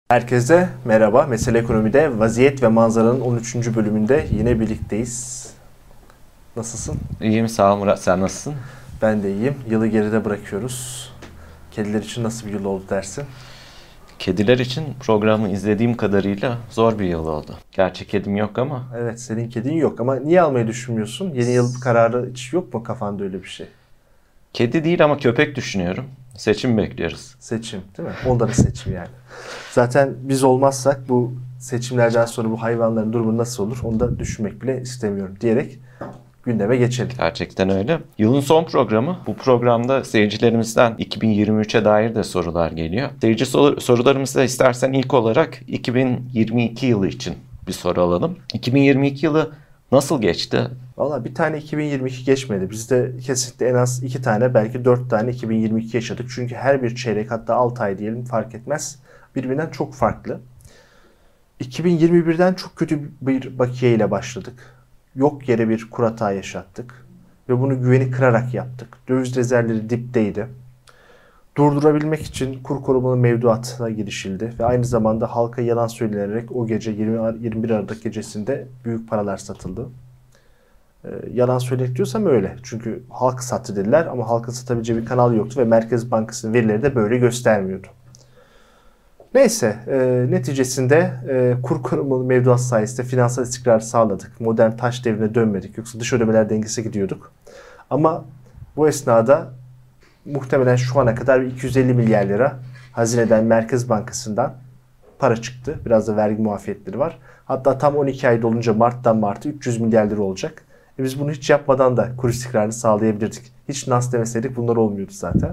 Herkese merhaba. Mesele Ekonomi'de Vaziyet ve Manzara'nın 13. bölümünde yine birlikteyiz. Nasılsın? İyiyim, sağ ol Murat. Sen nasılsın? Ben de iyiyim. Yılı geride bırakıyoruz. Kediler için nasıl bir yıl oldu dersin? Kediler için programı izlediğim kadarıyla zor bir yıl oldu. Gerçi kedim yok ama. Evet, senin kedin yok ama niye almayı düşünmüyorsun? Yeni yıl kararı hiç yok mu kafanda öyle bir şey? Kedi değil ama köpek düşünüyorum. Seçim bekliyoruz. Seçim, değil mi? Onların seçimi yani. Zaten biz olmazsak bu seçimlerden sonra bu hayvanların durumu nasıl olur onu da düşünmek bile istemiyorum diyerek gündeme geçelim. Gerçekten öyle. Yılın son programı. Bu programda seyircilerimizden 2023'e dair de sorular geliyor. Seyirci sorularımızda istersen ilk olarak 2022 yılı için bir soru alalım. 2022 yılı nasıl geçti? Valla bir tane 2022 geçmedi. Bizde kesinlikle en az 2 tane belki 4 tane 2022 yaşadık. Çünkü her bir çeyrek hatta 6 ay diyelim fark etmez. Birbirinden çok farklı. 2021'den çok kötü bir bakiye ile başladık. Yok yere bir kur hata yaşattık. Ve bunu güveni kırarak yaptık. Döviz rezervleri dipteydi. Durdurabilmek için kur korumalı mevduata girişildi. Ve aynı zamanda halka yalan söylenerek o gece 21 Aralık gecesinde büyük paralar satıldı. Yalan söyledik diyorsam öyle. Çünkü halk sattı dediler ama halkın satabileceği bir kanal yoktu ve Merkez Bankası'nın verileri de böyle göstermiyordu. Neyse, neticesinde kur korumalı mevduat sayesinde finansal istikrar sağladık. Modern taş devrine dönmedik. Yoksa dış ödemeler dengesi gidiyorduk. Ama bu esnada muhtemelen şu ana kadar 250 milyar lira hazineden Merkez Bankası'ndan para çıktı. Biraz da vergi muafiyetleri var. Hatta tam 12 ay dolunca Mart'tan Mart'a 300 milyar lira olacak. Biz bunu hiç yapmadan da kur istikrarını sağlayabilirdik. Hiç nas demeseydik bunlar olmuyordu zaten.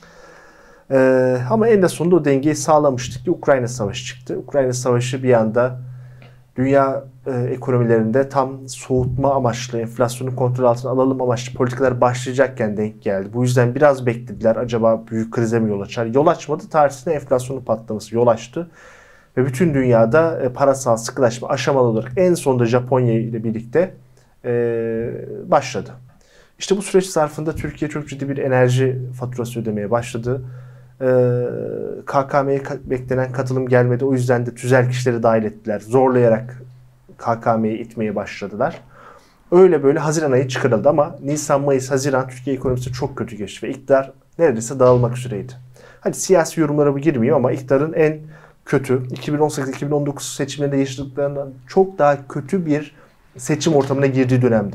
Ama en de sonunda o dengeyi sağlamıştık ki Ukrayna Savaşı çıktı. Ukrayna Savaşı bir anda dünya ekonomilerinde tam soğutma amaçlı, enflasyonu kontrol altına alalım amaçlı politikalar başlayacakken denk geldi. Bu yüzden biraz beklediler. Acaba büyük krize mi yol açar? Yol açmadı. Tarihinde enflasyonun patlaması yol açtı. Ve bütün dünyada parasal sıkılaşma aşamalı olarak en sonunda Japonya ile birlikte başladı. İşte bu süreç zarfında Türkiye çok ciddi bir enerji faturası ödemeye başladı. KKM'ye beklenen katılım gelmedi. O yüzden de tüzel kişileri dahil ettiler. Zorlayarak KKM'yi itmeye başladılar. Öyle böyle Haziran ayı çıkarıldı ama Nisan, Mayıs, Haziran Türkiye ekonomisi çok kötü geçti ve iktidar neredeyse dağılmak üzereydi. Hadi siyasi yorumlara bu girmiyor ama iktidarın en kötü 2018-2019 seçimlerinde yaşadıklarından çok daha kötü bir seçim ortamına girdiği dönemde.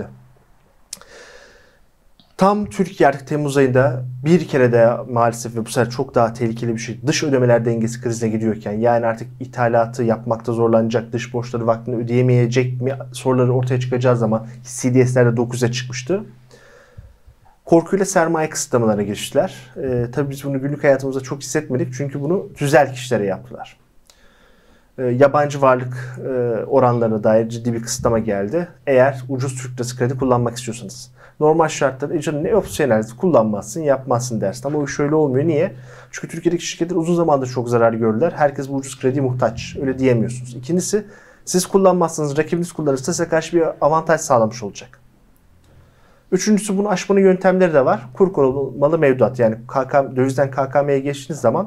Tam Türkiye artık Temmuz ayında bir kere de maalesef ve bu sefer çok daha tehlikeli bir şey dış ödemeler dengesi krizine giriyorken yani artık ithalatı yapmakta zorlanacak, dış borçları vaktinde ödeyemeyecek mi soruları ortaya çıkacağı zaman CDS'lerde 9'a çıkmıştı. Korkuyla sermaye kısıtlamalarına giriştiler. Tabii biz bunu günlük hayatımızda çok hissetmedik çünkü bunu tüzel kişilere yaptılar. Yabancı varlık oranlarına dair ciddi bir kısıtlama geldi. Eğer ucuz Türk lirası kredi kullanmak istiyorsanız. Normal şartlarda canım ne opsiyonel kullanmazsın, yapmazsın dersin. Ama o şöyle olmuyor. Niye? Çünkü Türkiye'deki şirketler uzun zamandır çok zarar gördüler. Herkes bu ucuz krediye muhtaç. Öyle diyemiyorsunuz. İkincisi siz kullanmazsanız, rakibiniz kullanırsa size karşı bir avantaj sağlamış olacak. Üçüncüsü bunu aşmanın yöntemleri de var. Kur korumalı mevduat yani dövizden KKM'ye geçtiğiniz zaman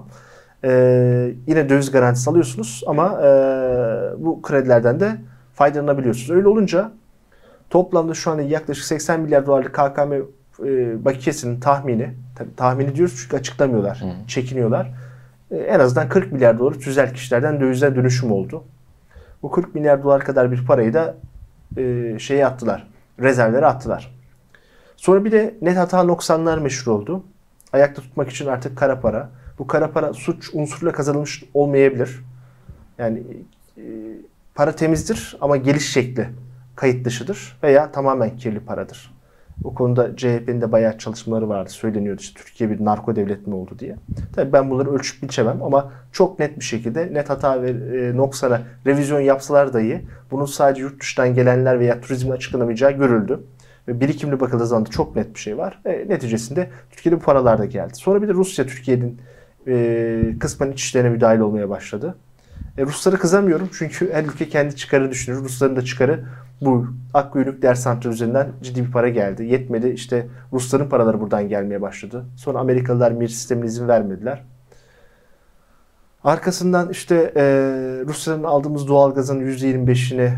yine döviz garantisi alıyorsunuz ama bu kredilerden de faydalanabiliyorsunuz. Öyle olunca toplamda şu anda yaklaşık 80 milyar dolarlık KKM bakiyesinin tahmini diyoruz çünkü açıklamıyorlar, çekiniyorlar. En azından 40 milyar dolar tüzel kişilerden dövize dönüşüm oldu. Bu 40 milyar dolar kadar bir parayı da attılar, rezervlere attılar. Sonra bir de net hata noksanlar meşhur oldu. Ayakta tutmak için artık kara para. Bu kara para suç unsuruyla kazanılmış olmayabilir. Yani para temizdir ama geliş şekli kayıt dışıdır veya tamamen kirli paradır. O konuda CHP'nin de bayağı çalışmaları vardı. Söyleniyordu işte Türkiye bir narko devlet mi oldu diye. Tabii ben bunları ölçüp biçemem ama çok net bir şekilde net hata ve noksana revizyon yapsalar dahi bunun sadece yurt dışından gelenler veya turizmin açıklanamayacağı görüldü. Ve birikimli bakıldığı zaman da çok net bir şey var. Neticesinde Türkiye'de bu paralar da geldi. Sonra bir de Rusya Türkiye'nin kısmen iç işlerine müdahil olmaya başladı. Ruslara kızamıyorum çünkü her ülke kendi çıkarını düşünür. Rusların da çıkarı bu. Akkuyu nükleer santral üzerinden ciddi bir para geldi. Yetmedi işte Rusların paraları buradan gelmeye başladı. Sonra Amerikalılar MIR sistemine izin vermediler. Arkasından işte Rusya'nın aldığımız doğalgazın %25'ini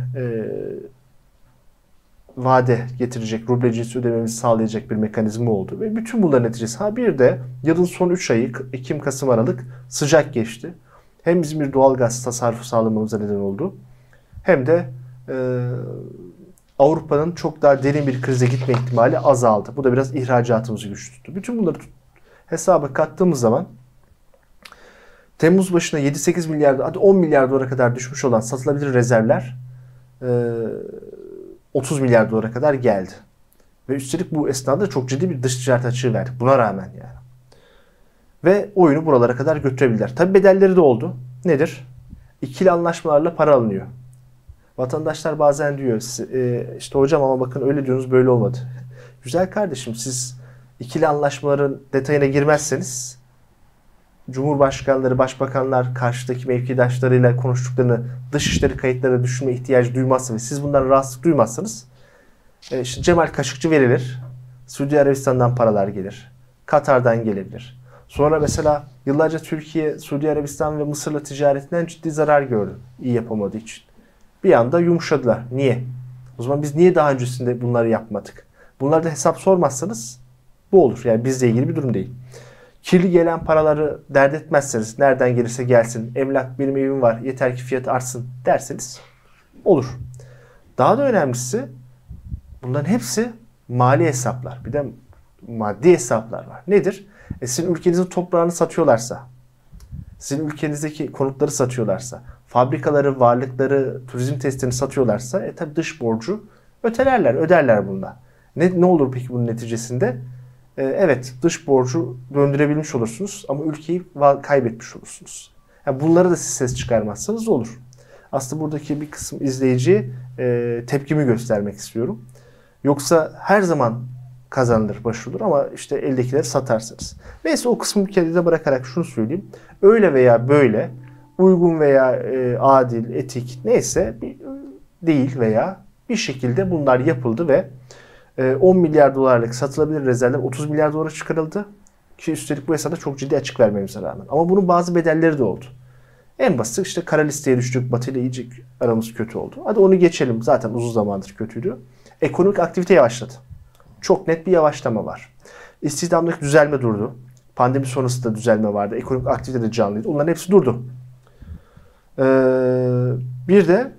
vade getirecek, ruble cinsi ödememizi sağlayacak bir mekanizma oldu. Ve bütün bunların neticesi. Bir de yılın son 3 ayı Ekim, Kasım, Aralık sıcak geçti. Hem bizim bir doğalgaz tasarrufu sağlamamıza neden oldu. Hem de Avrupa'nın çok daha derin bir krize gitme ihtimali azaldı. Bu da biraz ihracatımızı güçlü tuttu. Bütün bunları hesaba kattığımız zaman Temmuz başına 7-8 milyar, hadi 10 milyar dolara kadar düşmüş olan satılabilir rezervler 30 milyar dolara kadar geldi. Ve üstelik bu esnada çok ciddi bir dış ticaret açığı verdik. Buna rağmen yani. Ve oyunu buralara kadar götürebilirler. Tabi bedelleri de oldu. Nedir? İkili anlaşmalarla para alınıyor. Vatandaşlar bazen diyor işte hocam ama bakın öyle diyorsunuz böyle olmadı. Güzel kardeşim, siz ikili anlaşmaların detayına girmezseniz Cumhurbaşkanları, başbakanlar karşıdaki mevkidaşlarıyla konuştuklarını dışişleri kayıtlarına düşürme ihtiyacı duymazsa ve siz bundan rahatsızlık duymazsanız işte Cemal Kaşıkçı verilir. Suudi Arabistan'dan paralar gelir. Katar'dan gelebilir. Sonra mesela yıllarca Türkiye, Suudi Arabistan ve Mısır'la ticaretinden ciddi zarar gördü. İyi yapamadığı için. Bir anda yumuşadılar. Niye? O zaman biz niye daha öncesinde bunları yapmadık? Bunlarda hesap sormazsanız bu olur. Yani bizle ilgili bir durum değil. Kirli gelen paraları dert etmezseniz, nereden gelirse gelsin, emlak benim evim var, yeter ki fiyatı artsın derseniz olur. Daha da önemlisi bunların hepsi mali hesaplar. Bir de maddi hesaplar var. Nedir? Sizin ülkenizin toprağını satıyorlarsa, sizin ülkenizdeki konutları satıyorlarsa, fabrikaları, varlıkları, turizm testlerini satıyorlarsa tabi dış borcu öderler bunda. Ne olur peki bunun neticesinde? Evet, dış borcu döndürebilmiş olursunuz ama ülkeyi kaybetmiş olursunuz. Yani bunları da siz ses çıkarmazsanız olur. Aslında buradaki bir kısım izleyiciye tepkimi göstermek istiyorum. Yoksa her zaman kazanılır, başvurulur ama işte eldekileri satarsınız. Neyse o kısmı bir kere de bırakarak şunu söyleyeyim. Öyle veya böyle uygun veya adil, etik neyse değil veya bir şekilde bunlar yapıldı ve 10 milyar dolarlık satılabilir rezervler 30 milyar dolara çıkarıldı. Ki üstelik bu hesapta çok ciddi açık vermemize rağmen. Ama bunun bazı bedelleri de oldu. En basit işte kara listeye düştük. Batı ile iyice aramız kötü oldu. Hadi onu geçelim. Zaten uzun zamandır kötüydü. Ekonomik aktivite yavaşladı. Çok net bir yavaşlama var. İstihdamdaki düzelme durdu. Pandemi sonrası da düzelme vardı. Ekonomik aktivite de canlıydı. Onların hepsi durdu. Bir de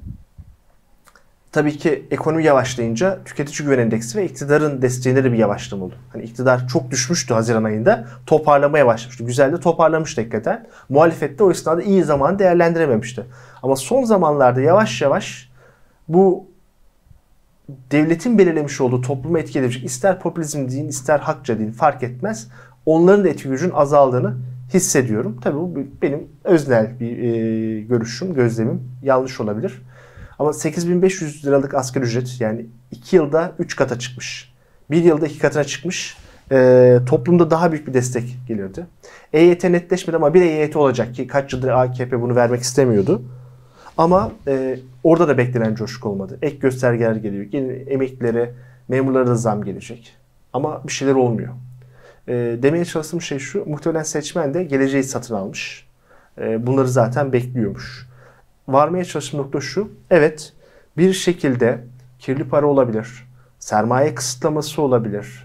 tabii ki ekonomi yavaşlayınca tüketici güven endeksi ve iktidarın desteğinde de bir yavaşlama oldu. Hani iktidar çok düşmüştü Haziran ayında. Toparlamaya başlamıştı. Güzel de toparlamıştı hakikaten. Muhalefet de o esnada iyi zaman değerlendirememişti. Ama son zamanlarda yavaş yavaş bu devletin belirlemiş olduğu toplumu etki edecek ister popülizm deyin ister hakça deyin fark etmez. Onların da etki gücünün azaldığını hissediyorum. Tabii bu benim öznel bir görüşüm, gözlemim. Yanlış olabilir. Ama 8.500 liralık asgari ücret yani 2 yılda 3 kata çıkmış. 1 yılda 2 katına çıkmış. Toplumda daha büyük bir destek gelirdi. EYT netleşmedi ama bir EYT olacak ki kaç yıldır AKP bunu vermek istemiyordu. Ama orada da beklenen coşku olmadı. Ek göstergeler geliyor. Yine emeklilere, memurlara da zam gelecek. Ama bir şeyler olmuyor. Demeye çalıştığım şey şu. Muhtemelen seçmen de geleceği satın almış. Bunları zaten bekliyormuş. Varmaya çalıştığım nokta şu. Evet, bir şekilde kirli para olabilir. Sermaye kısıtlaması olabilir.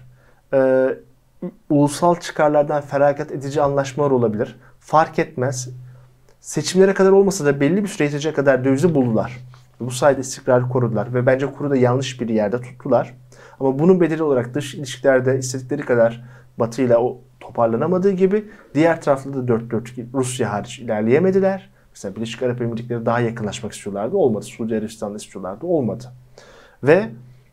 Ulusal çıkarlardan feragat edici anlaşmalar olabilir. Fark etmez. Seçimlere kadar olmasa da belli bir süre yetecek kadar dövizi buldular. Bu sayede istikrarı korudular ve bence kuru da yanlış bir yerde tuttular. Ama bunun bedeli olarak dış ilişkilerde istedikleri kadar Batı ile o toparlanamadığı gibi diğer tarafta da dört Rusya hariç ilerleyemediler. Mesela Birleşik Arap Emirlikleri daha yakınlaşmak istiyorlardı. Olmadı. Suudi Arabistan'da istiyorlardı. Olmadı. Ve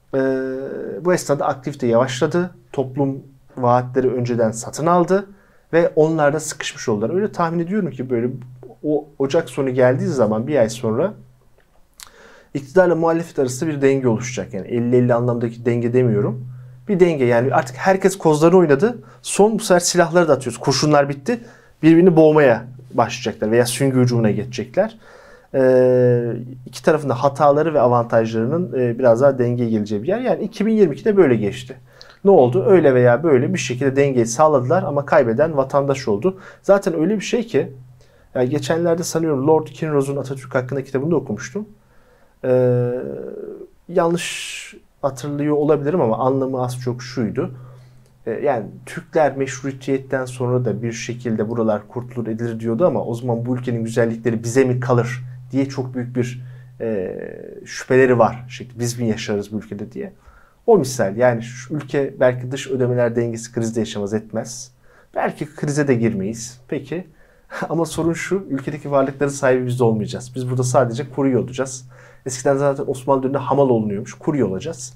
bu esnada aktivite yavaşladı. Toplum vaatleri önceden satın aldı. Ve onlar da sıkışmış oldular. Öyle tahmin ediyorum ki böyle o Ocak sonu geldiği zaman bir ay sonra iktidarla muhalefet arasında bir denge oluşacak. Yani 50-50 anlamdaki denge demiyorum. Bir denge yani artık herkes kozlarını oynadı. Son bu sefer silahları da atıyoruz. Kurşunlar bitti. Birbirini boğmaya başlayacaklar veya süngü hücumuna geçecekler. İki tarafın da hataları ve avantajlarının biraz daha dengeye geleceği bir yer. Yani 2022'de böyle geçti. Ne oldu? Öyle veya böyle bir şekilde dengeyi sağladılar ama kaybeden vatandaş oldu. Zaten öyle bir şey ki Yani geçenlerde sanıyorum Lord Kinross'un Atatürk hakkında kitabını da okumuştum. Yanlış hatırlıyor olabilirim ama anlamı az çok şuydu. Yani Türkler meşrutiyetten sonra da bir şekilde buralar kurtulur edilir diyordu ama o zaman bu ülkenin güzellikleri bize mi kalır diye çok büyük bir şüpheleri var. Biz mi yaşarız bu ülkede diye. O misal yani şu ülke belki dış ödemeler dengesi krizde yaşamaz etmez. Belki krize de girmeyiz. Peki ama sorun şu, ülkedeki varlıkların sahibi biz de olmayacağız. Biz burada sadece kurye olacağız. Eskiden zaten Osmanlı döneminde hamal olunuyormuş. Kurye olacağız.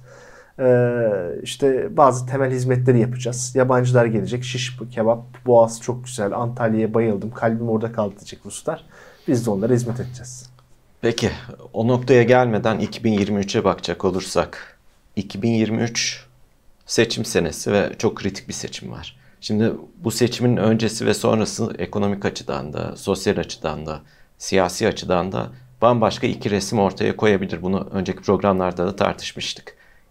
İşte bazı temel hizmetleri yapacağız. Yabancılar gelecek. Şiş kebap, Boğaz çok güzel. Antalya'ya bayıldım. Kalbim orada kaldı diyecek Ruslar. Biz de onlara hizmet edeceğiz. Peki o noktaya gelmeden 2023'e bakacak olursak 2023 seçim senesi ve çok kritik bir seçim var. Şimdi bu seçimin öncesi ve sonrası ekonomik açıdan da, sosyal açıdan da, siyasi açıdan da bambaşka iki resim ortaya koyabilir. Bunu önceki programlarda da tartışmıştık.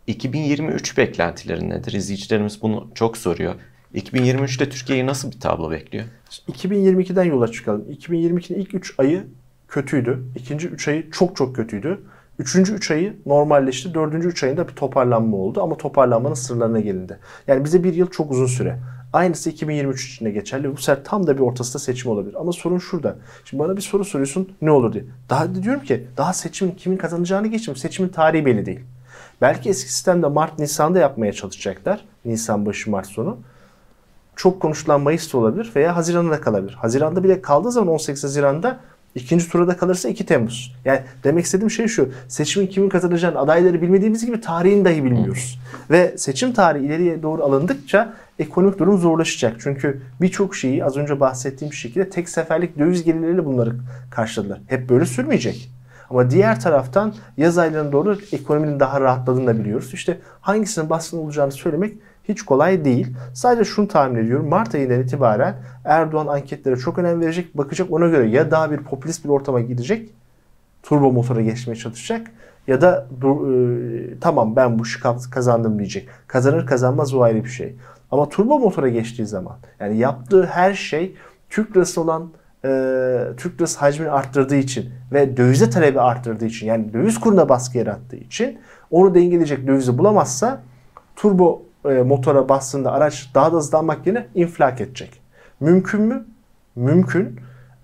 2023 beklentileri nedir? İzleyicilerimiz bunu çok soruyor. 2023'te Türkiye'yi nasıl bir tablo bekliyor? 2022'den yola çıkalım. 2022'nin ilk 3 ayı kötüydü. İkinci 3 ayı çok çok kötüydü. Üçüncü 3 ayı normalleşti. Dördüncü 3 ayında bir toparlanma oldu ama toparlanmanın sınırlarına gelindi. Yani bize bir yıl çok uzun süre. Aynısı 2023 için de geçerli. Bu sefer tam da bir ortasında seçim olabilir. Ama sorun şurada. Şimdi bana bir soru soruyorsun, ne olur diye. Daha diyorum ki daha seçimin kimin kazanacağını geçtim. Seçimin tarihi belli değil. Belki eski sistemde Mart-Nisan'da yapmaya çalışacaklar. Nisan başı Mart sonu. Çok konuşulan Mayıs'ta olabilir veya Haziran'da da kalabilir. Haziran'da bile kaldığı zaman 18 Haziran'da ikinci turda kalırsa 2 Temmuz. Yani demek istediğim şey şu. Seçimin kimin kazanacağını, adayları bilmediğimiz gibi tarihini dahi bilmiyoruz. Ve seçim tarihi ileriye doğru alındıkça ekonomik durum zorlaşacak. Çünkü birçok şeyi az önce bahsettiğim şekilde tek seferlik döviz gelirleriyle bunları karşıladılar. Hep böyle sürmeyecek. Ama diğer taraftan yaz aylarına doğru ekonominin daha rahatladığını da biliyoruz. İşte hangisinin baskın olacağını söylemek hiç kolay değil. Sadece şunu tahmin ediyorum. Mart ayından itibaren Erdoğan anketlere çok önem verecek. Bakacak, ona göre ya daha bir popülist bir ortama gidecek. Turbo motora geçmeye çalışacak. Ya da tamam ben bu işi kazandım diyecek. Kazanır kazanmaz o ayrı bir şey. Ama turbo motora geçtiği zaman yani yaptığı her şey Türk lirası olan Türk lirası hacmini arttırdığı için ve dövize talebi arttırdığı için, yani döviz kuruna baskı yarattığı için onu dengeleyecek dövizi bulamazsa turbo motora bastığında araç daha da hızlanmak yerine infilak edecek. Mümkün mü? Mümkün.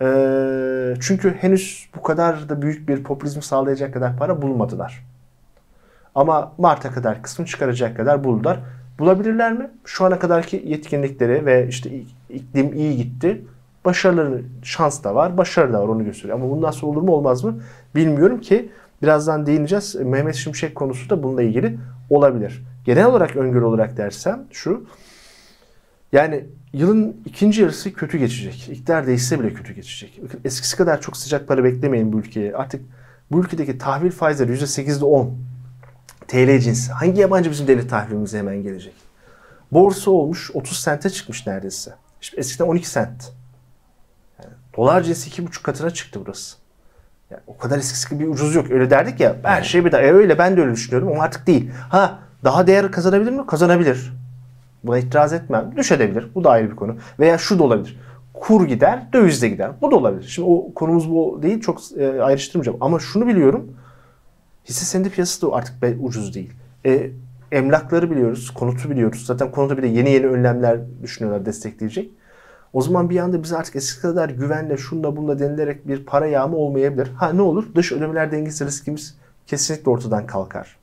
Çünkü henüz bu kadar da büyük bir popülizm sağlayacak kadar para bulmadılar. Ama Mart'a kadar kısmını çıkaracak kadar buldular. Bulabilirler mi? Şu ana kadarki yetkinlikleri ve işte iklim iyi gitti. Başarıları, şans da var, başarı da var, onu gösteriyor. Ama bundan sonra olur mu olmaz mı bilmiyorum ki. Birazdan değineceğiz. Mehmet Şimşek konusu da bununla ilgili olabilir. Genel olarak öngörü olarak dersem şu. Yani yılın ikinci yarısı kötü geçecek. İktidar değişse bile kötü geçecek. Eskisi kadar çok sıcak para beklemeyin bu ülkeye. Artık bu ülkedeki tahvil faizleri %8'de 10. TL cinsi. Hangi yabancı bizim devlet tahvilimize hemen gelecek? Borsa olmuş 30 sente çıkmış neredeyse. İşte eskiden 12 sent. Yani dolar cinsi 2,5 katına çıktı burası. Yani o kadar eskisi gibi bir ucuz yok. Öyle derdik ya, her şey bir daha. Öyle, ben de öyle düşünüyordum ama artık değil. Daha değer kazanabilir mi? Kazanabilir. Buna itiraz etmem. Düşebilir. Bu da ayrı bir konu. Veya şu da olabilir. Kur gider, döviz de gider. Bu da olabilir. Şimdi o konumuz bu değil. Çok ayrıştırmayacağım. Ama şunu biliyorum. Hisse senedi piyasası da artık ucuz değil. Emlakları biliyoruz. Konutu biliyoruz. Zaten konuta bir de yeni önlemler düşünüyorlar, destekleyecek. O zaman bir anda biz artık eskisi kadar güvenle şunla bunla denilerek bir para yağma olmayabilir. Ne olur? Dış ödemeler dengesi riskimiz kesinlikle ortadan kalkar.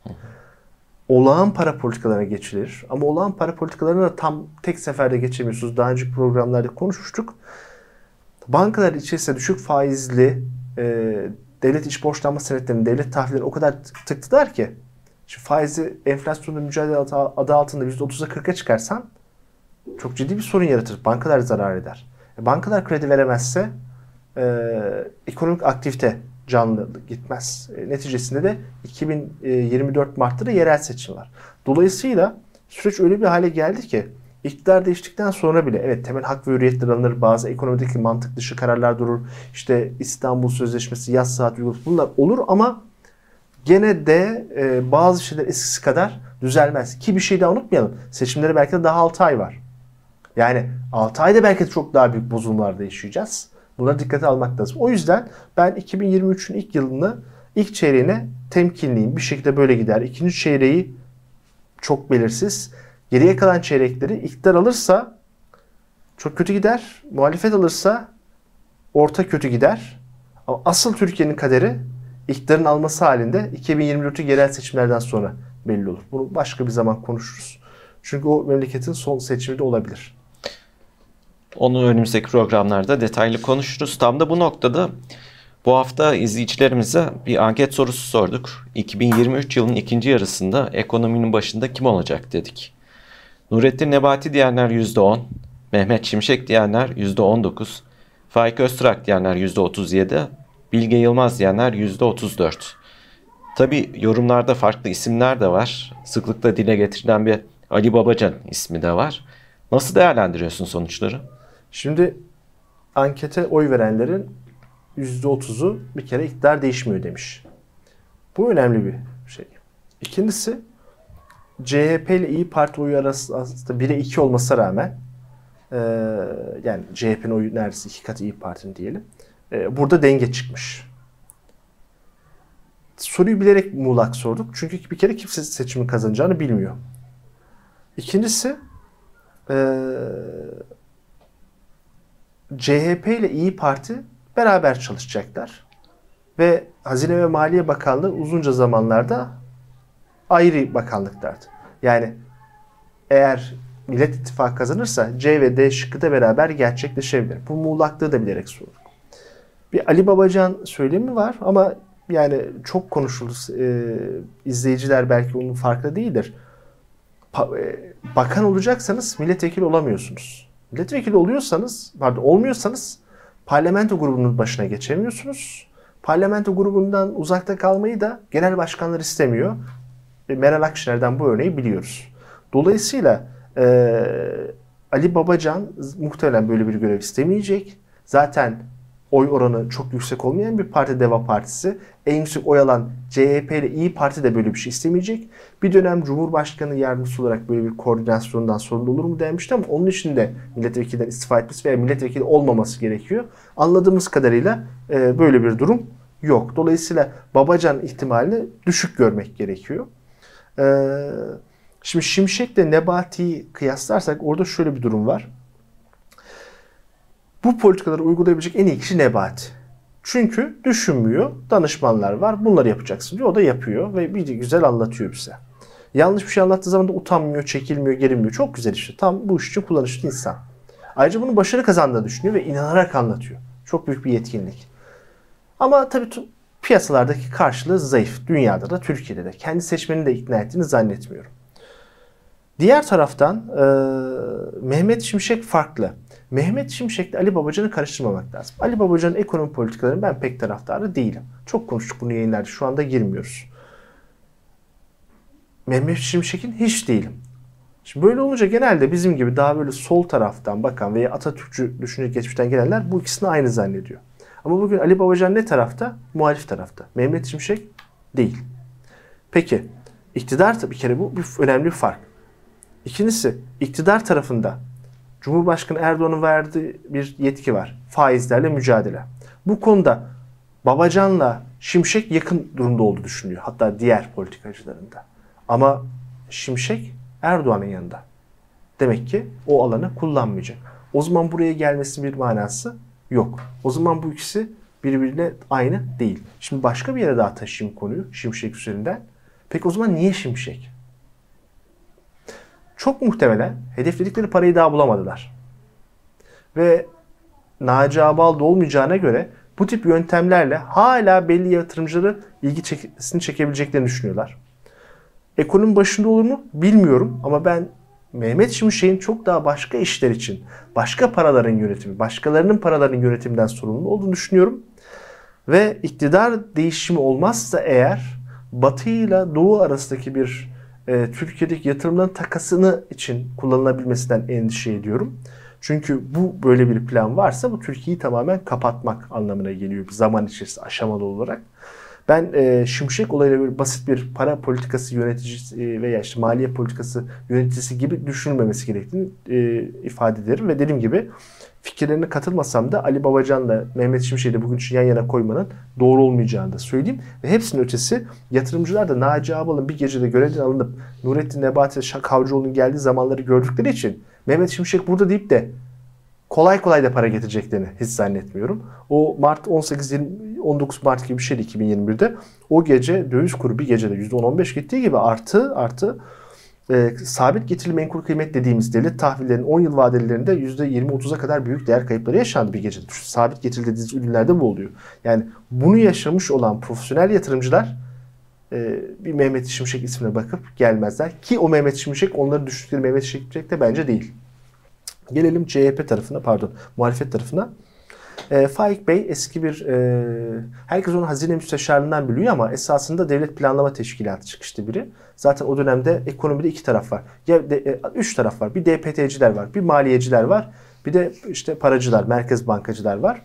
Olağan para politikalarına geçilir. Ama olağan para politikalarına da tam tek seferde geçemiyorsunuz. Daha önceki programlarda konuşmuştuk. Bankalar içerisinde düşük faizli devlet iç borçlanma senetlerinin, devlet tahvilleri o kadar tıktılar ki şu faizi enflasyonla mücadele adı altında %30'a 40'a çıkarsan çok ciddi bir sorun yaratır. Bankalar zarar eder. Bankalar kredi veremezse ekonomik aktivite canlı gitmez. Neticesinde de 2024 Mart'ta da yerel seçim var. Dolayısıyla süreç öyle bir hale geldi ki iktidar değiştikten sonra bile evet temel hak ve hürriyetler alınır, bazı ekonomideki mantık dışı kararlar durur, işte İstanbul Sözleşmesi, yaz saat uygulaması, bunlar olur ama gene de bazı şeyler eskisi kadar düzelmez. Ki bir şey daha unutmayalım. Seçimlere belki de daha 6 ay var. Yani 6 ayda belki de çok daha büyük bozulmalarda yaşayacağız. Bunları dikkate almak lazım. O yüzden ben 2023'ün ilk yılını, ilk çeyreğine temkinliyim. Bir şekilde böyle gider. İkinci çeyreği çok belirsiz. Geriye kalan çeyrekleri iktidar alırsa çok kötü gider. Muhalefet alırsa orta kötü gider. Ama asıl Türkiye'nin kaderi iktidarın alması halinde 2024'ü yerel seçimlerden sonra belli olur. Bunu başka bir zaman konuşuruz. Çünkü o memleketin son seçimi de olabilir. Onu önümüzdeki programlarda detaylı konuşuruz. Tam da bu noktada bu hafta izleyicilerimize bir anket sorusu sorduk. 2023 yılının ikinci yarısında ekonominin başında kim olacak dedik. Nurettin Nebati diyenler %10, Mehmet Şimşek diyenler %19, Faik Öztürk diyenler %37, Bilge Yılmaz diyenler %34. Tabii yorumlarda farklı isimler de var. Sıklıkla dile getirilen bir Ali Babacan ismi de var. Nasıl değerlendiriyorsun sonuçları? Şimdi ankete oy verenlerin %30'u bir kere iktidar değişmiyor demiş. Bu önemli bir şey. İkincisi CHP ile İYİ Parti oyu arası aslında 1'e 2 olmasına rağmen yani CHP'nin oyu neredeyse 2 katı İYİ Parti'nin diyelim. Burada denge çıkmış. Soruyu bilerek muğlak sorduk. Çünkü bir kere kimse seçimi kazanacağını bilmiyor. İkincisi CHP ile İYİ Parti beraber çalışacaklar. Ve Hazine ve Maliye Bakanlığı uzunca zamanlarda ayrı bakanlıklardı. Yani eğer Millet İttifakı kazanırsa C ve D şıkkı da beraber gerçekleşebilir. Bu muğlaklığı da bilerek sorduk. Bir Ali Babacan söylemi var ama yani çok konuşuldu. İzleyiciler belki onun farkında değildir. Bakan olacaksanız milletvekili olamıyorsunuz. Milletvekili olmuyorsanız parlamento grubunun başına geçemiyorsunuz. Parlamento grubundan uzakta kalmayı da genel başkanlar istemiyor. Meral Akşener'den bu örneği biliyoruz. Dolayısıyla Ali Babacan muhtemelen böyle bir görev istemeyecek. Zaten oy oranı çok yüksek olmayan bir parti, Deva Partisi. En yüksek oy alan CHP ile İYİ Parti de böyle bir şey istemeyecek. Bir dönem Cumhurbaşkanı yardımcısı olarak böyle bir koordinasyondan sorumlu olur mu denmişti ama onun için de milletvekilinden istifa etmesi veya milletvekili olmaması gerekiyor. Anladığımız kadarıyla böyle bir durum yok. Dolayısıyla Babacan ihtimalini düşük görmek gerekiyor. Şimdi Şimşek'le Nebati'yi kıyaslarsak orada şöyle bir durum var. Bu politikaları uygulayabilecek en iyi kişi Nebati. Çünkü düşünmüyor, danışmanlar var, bunları yapacaksın diyor. O da yapıyor ve bir de güzel anlatıyor bize. Yanlış bir şey anlattığı zaman da utanmıyor, çekilmiyor, gerilmiyor. Çok güzel işte. Tam bu iş için kullanışlı insan. Ayrıca bunun başarı kazandığını düşünüyor ve inanarak anlatıyor. Çok büyük bir yetkinlik. Ama tabii piyasalardaki karşılığı zayıf. Dünyada da, Türkiye'de de. Kendi seçmenini de ikna ettiğini zannetmiyorum. Diğer taraftan Mehmet Şimşek farklı. Mehmet Şimşek'le Ali Babacan'ı karıştırmamak lazım. Ali Babacan'ın ekonomi politikalarının ben pek taraftarı değilim. Çok konuştuk bunu yayınlarda. Şu anda girmiyoruz. Mehmet Şimşek'in hiç değilim. Şimdi böyle olunca genelde bizim gibi daha böyle sol taraftan bakan veya Atatürkçü düşünerek geçmişten gelenler bu ikisini aynı zannediyor. Ama bugün Ali Babacan ne tarafta? Muhalif tarafta. Mehmet Şimşek değil. Peki iktidar, bir kere bu bir önemli bir fark. İkincisi iktidar tarafında Cumhurbaşkanı Erdoğan'ın verdiği bir yetki var. Faizlerle mücadele. Bu konuda Babacan'la Şimşek yakın durumda olduğu düşünülüyor. Hatta diğer politikacılarında. Ama Şimşek Erdoğan'ın yanında. Demek ki o alanı kullanmayacak. O zaman buraya gelmesinin bir manası yok. O zaman bu ikisi birbirine aynı değil. Şimdi başka bir yere daha taşıyayım konuyu Şimşek üzerinden. Peki o zaman niye Şimşek? Çok muhtemelen hedefledikleri parayı daha bulamadılar. Ve Naci Ağbal'da olmayacağına göre bu tip yöntemlerle hala belli yatırımcıları ilgisini çekebileceklerini düşünüyorlar. Ekonomi başında olur mu bilmiyorum ama ben Mehmet Şimşek'in çok daha başka işler için, başka paraların yönetimi, başkalarının paralarının yönetiminden sorumlu olduğunu düşünüyorum. Ve iktidar değişimi olmazsa eğer Batı ile Doğu arasındaki bir Türkiye'deki yatırımların takasını için kullanılabilmesinden endişe ediyorum. Çünkü bu böyle bir plan varsa bu Türkiye'yi tamamen kapatmak anlamına geliyor bir zaman içerisinde aşamalı olarak. Ben Şimşek olayla böyle basit bir para politikası yöneticisi veya işte maliye politikası yöneticisi gibi düşünülmemesi gerektiğini ifade ederim. Ve dediğim gibi fikirlerine katılmasam da Ali Babacan'la Mehmet Şimşek'i bugün için yan yana koymanın doğru olmayacağını da söyleyeyim. Ve hepsinin ötesi yatırımcılar da Naci Ağbal'ın bir gecede görevden alınıp Nurettin Nebati ve Şak Avcıoğlu'nun geldiği zamanları gördükleri için Mehmet Şimşek burada deyip de kolay kolay da para getireceklerini hiç zannetmiyorum. O Mart 19 Mart gibi bir şeydi 2021'de. O gece döviz kuru bir gecede %10-15 gittiği gibi artı sabit getirili menkul kıymet dediğimiz devlet tahvillerinin 10 yıl vadelerinde %20-30'a kadar büyük değer kayıpları yaşandı bir gecede. Sabit getirili dediğimiz ürünlerde bu oluyor. Yani bunu yaşamış olan profesyonel yatırımcılar bir Mehmet Şimşek ismine bakıp gelmezler. Ki o Mehmet Şimşek onları düştükleri Mehmet Şimşek de bence değil. Gelelim CHP tarafına, muhalefet tarafına. Faik Bey eski bir, herkes onu hazine müsteşarlığından biliyor ama esasında devlet planlama teşkilatı çıkıştı biri. Zaten o dönemde ekonomide iki taraf var. Üç taraf var. Bir DPT'ciler var, bir maliyeciler var, bir de işte paracılar, merkez bankacılar var.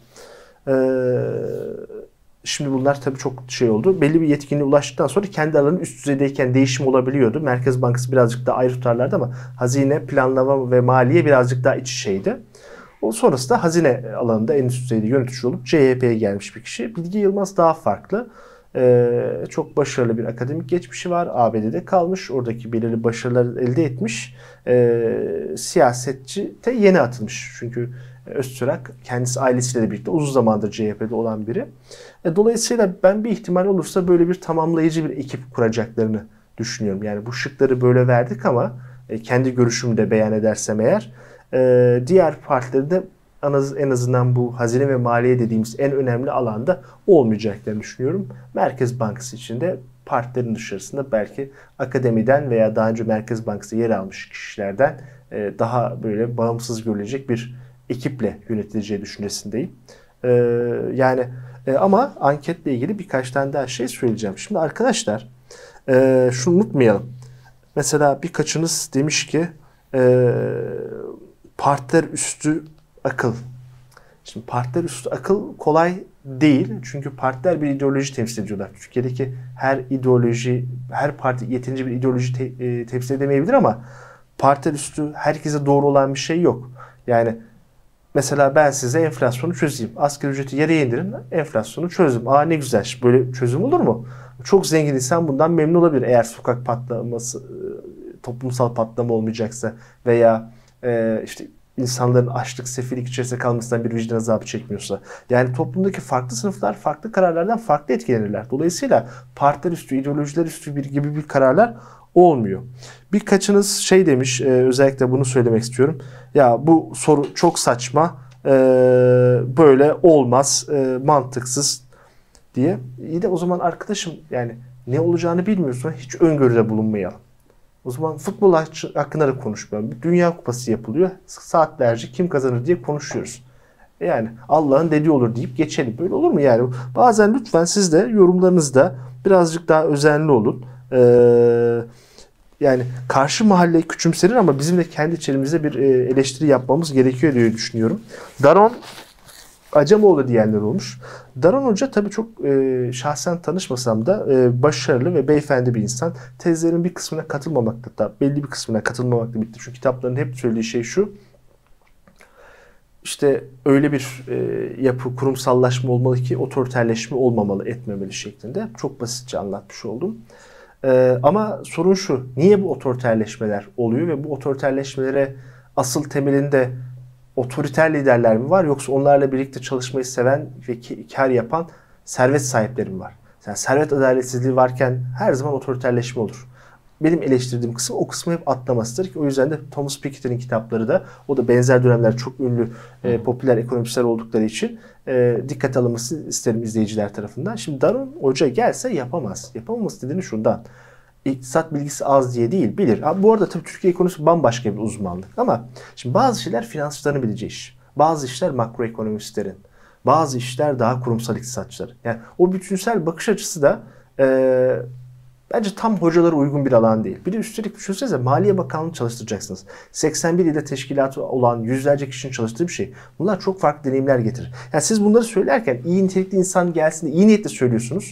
Şimdi bunlar tabii çok şey oldu. Belli bir yetkinliğe ulaştıktan sonra kendi aralarının üst düzeydeyken değişim olabiliyordu. Merkez Bankası birazcık daha ayrı tutarlardı ama hazine, planlama ve maliye birazcık daha iç içeydi. O sonrasında hazine alanında en üst düzeyde yönetici olup CHP'ye gelmiş bir kişi. Bilge Yılmaz daha farklı. Çok başarılı bir akademik geçmişi var. ABD'de kalmış. Oradaki belirli başarılar elde etmiş. Siyasetçi de yeni atılmış. Çünkü Öztürk kendisi ailesiyle de birlikte uzun zamandır CHP'de olan biri. Dolayısıyla ben bir ihtimal olursa böyle bir tamamlayıcı bir ekip kuracaklarını düşünüyorum. Yani bu şıkları böyle verdik ama kendi görüşümü de beyan edersem eğer diğer partileri de en azından bu hazine ve maliye dediğimiz en önemli alanda olmayacaklarını düşünüyorum. Merkez Bankası için de partilerin dışarısında belki akademiden veya daha önce Merkez Bankası yer almış kişilerden daha böyle bağımsız görülecek bir ekiple yönetileceği düşüncesindeyim. Ama anketle ilgili birkaç tane daha şey söyleyeceğim. Şimdi arkadaşlar şunu unutmayalım. Mesela birkaçınız demiş ki partiler üstü akıl. Şimdi partiler üstü akıl kolay değil. Çünkü partiler bir ideoloji temsil ediyorlar. Türkiye'deki her parti yeterince bir ideoloji temsil edemeyebilir ama partiler üstü herkese doğru olan bir şey yok. Yani mesela ben size enflasyonu çözeyim. Asgari ücreti yarıya indirin, enflasyonu çözüm. Aa ne güzel. Böyle çözüm olur mu? Çok zengin insan bundan memnun olabilir. Eğer sokak patlaması, toplumsal patlama olmayacaksa veya işte insanların açlık, sefillik içerisinde kalmasından bir vicdan azabı çekmiyorsa. Yani toplumdaki farklı sınıflar farklı kararlardan farklı etkilenirler. Dolayısıyla partiler üstü, ideolojiler üstü gibi bir kararlar olmuyor. Birkaçınız şey demiş, özellikle bunu söylemek istiyorum. Ya bu soru çok saçma, böyle olmaz, mantıksız diye. İyi de o zaman arkadaşım yani ne olacağını bilmiyorsan hiç öngörüde bulunmayalım. O zaman futbol hakkında da konuşmayalım. Dünya Kupası yapılıyor. Saatlerce kim kazanır diye konuşuyoruz. Yani Allah'ın dediği olur deyip geçelim. Böyle olur mu yani? Bazen lütfen siz de yorumlarınızda birazcık daha özenli olun. Yani karşı mahalle küçümsenir ama bizim de kendi içerimizde bir eleştiri yapmamız gerekiyor diye düşünüyorum. Daron Acemoğlu diyenler olmuş. Daron Hoca tabii çok şahsen tanışmasam da başarılı ve beyefendi bir insan. Tezlerin bir kısmına katılmamakta da belli bir kısmına katılmamakta bitti. Çünkü kitaplarının hep söylediği şey şu. İşte öyle bir yapı, kurumsallaşma olmalı ki otoriterleşme olmamalı, etmemeli şeklinde. Çok basitçe anlatmış oldum. Ama sorun şu. Niye bu otoriterleşmeler oluyor ve bu otoriterleşmelere asıl temelinde otoriter liderler mi var yoksa onlarla birlikte çalışmayı seven ve kar yapan servet sahipleri mi var? Yani servet adaletsizliği varken her zaman otoriterleşme olur. Benim eleştirdiğim kısım o kısmı hep atlamasıdır ki o yüzden de Thomas Piketty'nin kitapları da o da benzer dönemler çok ünlü popüler ekonomistler oldukları için dikkate alınması isterim izleyiciler tarafından. Şimdi Daron Hoca gelse yapamaz. Yapamaması nedeni şundan. İktisat bilgisi az diye değil, bilir. Bu arada tabii Türkiye ekonomisi bambaşka bir uzmanlık. Ama şimdi bazı şeyler finansçıların bileceği iş. Bazı işler makroekonomistlerin. Bazı işler daha kurumsal iktisatçıların. Yani o bütünsel bakış açısı da bence tam hocalara uygun bir alan değil. Bir de üstelik düşünsenize Maliye Bakanlığı çalıştıracaksınız. 81 ilde teşkilatı olan yüzlerce kişinin çalıştığı bir şey. Bunlar çok farklı deneyimler getirir. Yani siz bunları söylerken iyi nitelikli insan gelsin diye iyi niyetle söylüyorsunuz.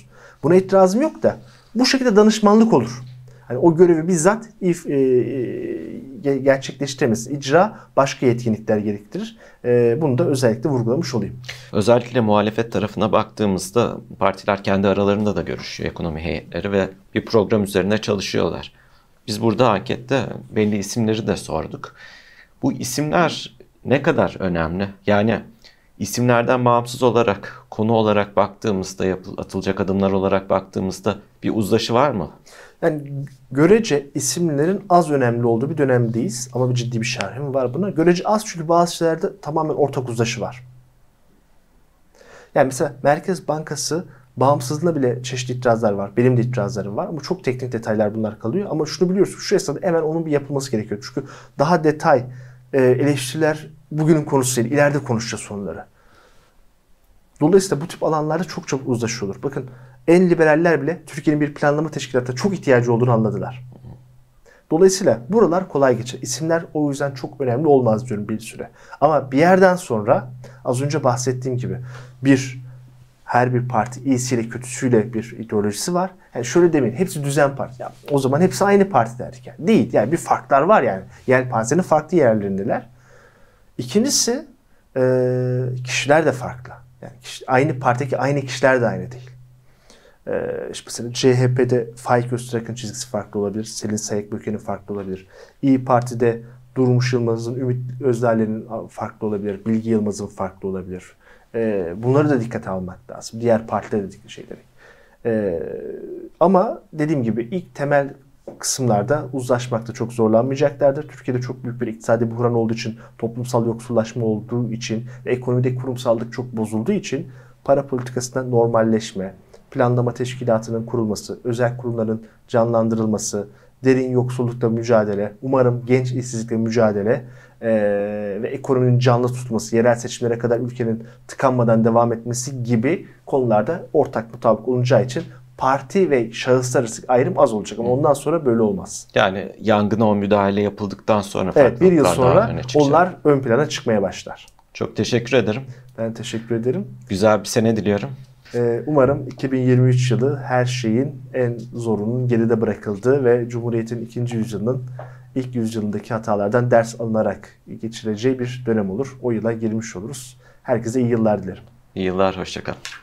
Buna itirazım yok da bu şekilde danışmanlık olur. Hani o görevi bizzat gerçekleştiremez. İcra başka yetkinlikler gerektirir. Bunu da özellikle vurgulamış olayım. Özellikle muhalefet tarafına baktığımızda partiler kendi aralarında da görüşüyor, ekonomi heyetleri, ve bir program üzerine çalışıyorlar. Biz burada ankette belli isimleri de sorduk. Bu isimler ne kadar önemli? Yani isimlerden bağımsız olarak, konu olarak baktığımızda, atılacak adımlar olarak baktığımızda bir uzlaşı var mı? Yani görece isimlerin az önemli olduğu bir dönemdeyiz. Ama bir ciddi bir şerhim var buna. Görece az çünkü bazı şeylerde tamamen ortak uzlaşı var. Yani mesela Merkez Bankası bağımsızlığına bile çeşitli itirazlar var. Benim de itirazlarım var ama çok teknik detaylar bunlar kalıyor. Ama şunu biliyoruz, şu esnada hemen onun bir yapılması gerekiyor. Çünkü daha detay eleştiriler bugünün konusu değil. İleride konuşacağız onları. Dolayısıyla bu tip alanlarda çok çabuk uzlaşı olur. Bakın en liberaller bile Türkiye'nin bir planlama teşkilatına çok ihtiyacı olduğunu anladılar. Dolayısıyla buralar kolay geçer. İsimler o yüzden çok önemli olmaz diyorum bir süre. Ama bir yerden sonra az önce bahsettiğim gibi her bir parti iyisiyle kötüsüyle bir ideolojisi var. Yani şöyle demeyin, hepsi düzen parti. Ya, o zaman hepsi aynı parti derdik. Yani. Değil. Yani bir farklar var yani. Yelpazenin farklı yerlerindeler. İkincisi kişiler de farklı. Yani aynı partideki aynı kişiler de aynı değil. İşte mesela CHP'de Faik Öztürk'ün çizgisi farklı olabilir. Selin Sayık-Böke'nin farklı olabilir. İYİ Parti'de Durmuş Yılmaz'ın, Ümit Özdağ'ın farklı olabilir. Bilgi Yılmaz'ın farklı olabilir. Bunları da dikkate almak lazım. Diğer partiler dedikleri şeyleri. Ama dediğim gibi ilk temel kısımlarda uzlaşmakta çok zorlanmayacaklardır. Türkiye'de çok büyük bir iktisadi buhran olduğu için, toplumsal yoksullaşma olduğu için ve ekonomide kurumsallık çok bozulduğu için para politikasında normalleşme, planlama teşkilatının kurulması, özel kurumların canlandırılması, derin yoksullukla mücadele, umarım genç işsizlikle mücadele ve ekonominin canlı tutulması, yerel seçimlere kadar ülkenin tıkanmadan devam etmesi gibi konularda ortak mutabık olunacağı için parti ve şahıslar arası ayrım az olacak ama ondan sonra böyle olmaz. Yani yangına o müdahale yapıldıktan sonra evet, bir yıl sonra onlar ön plana çıkmaya başlar. Çok teşekkür ederim. Ben teşekkür ederim. Güzel bir sene diliyorum. Umarım 2023 yılı her şeyin en zorunun geride bırakıldığı ve Cumhuriyet'in ikinci yüzyılının ilk yüzyılındaki hatalardan ders alınarak geçireceği bir dönem olur. O yıla girmiş oluruz. Herkese iyi yıllar dilerim. İyi yıllar, hoşça kal.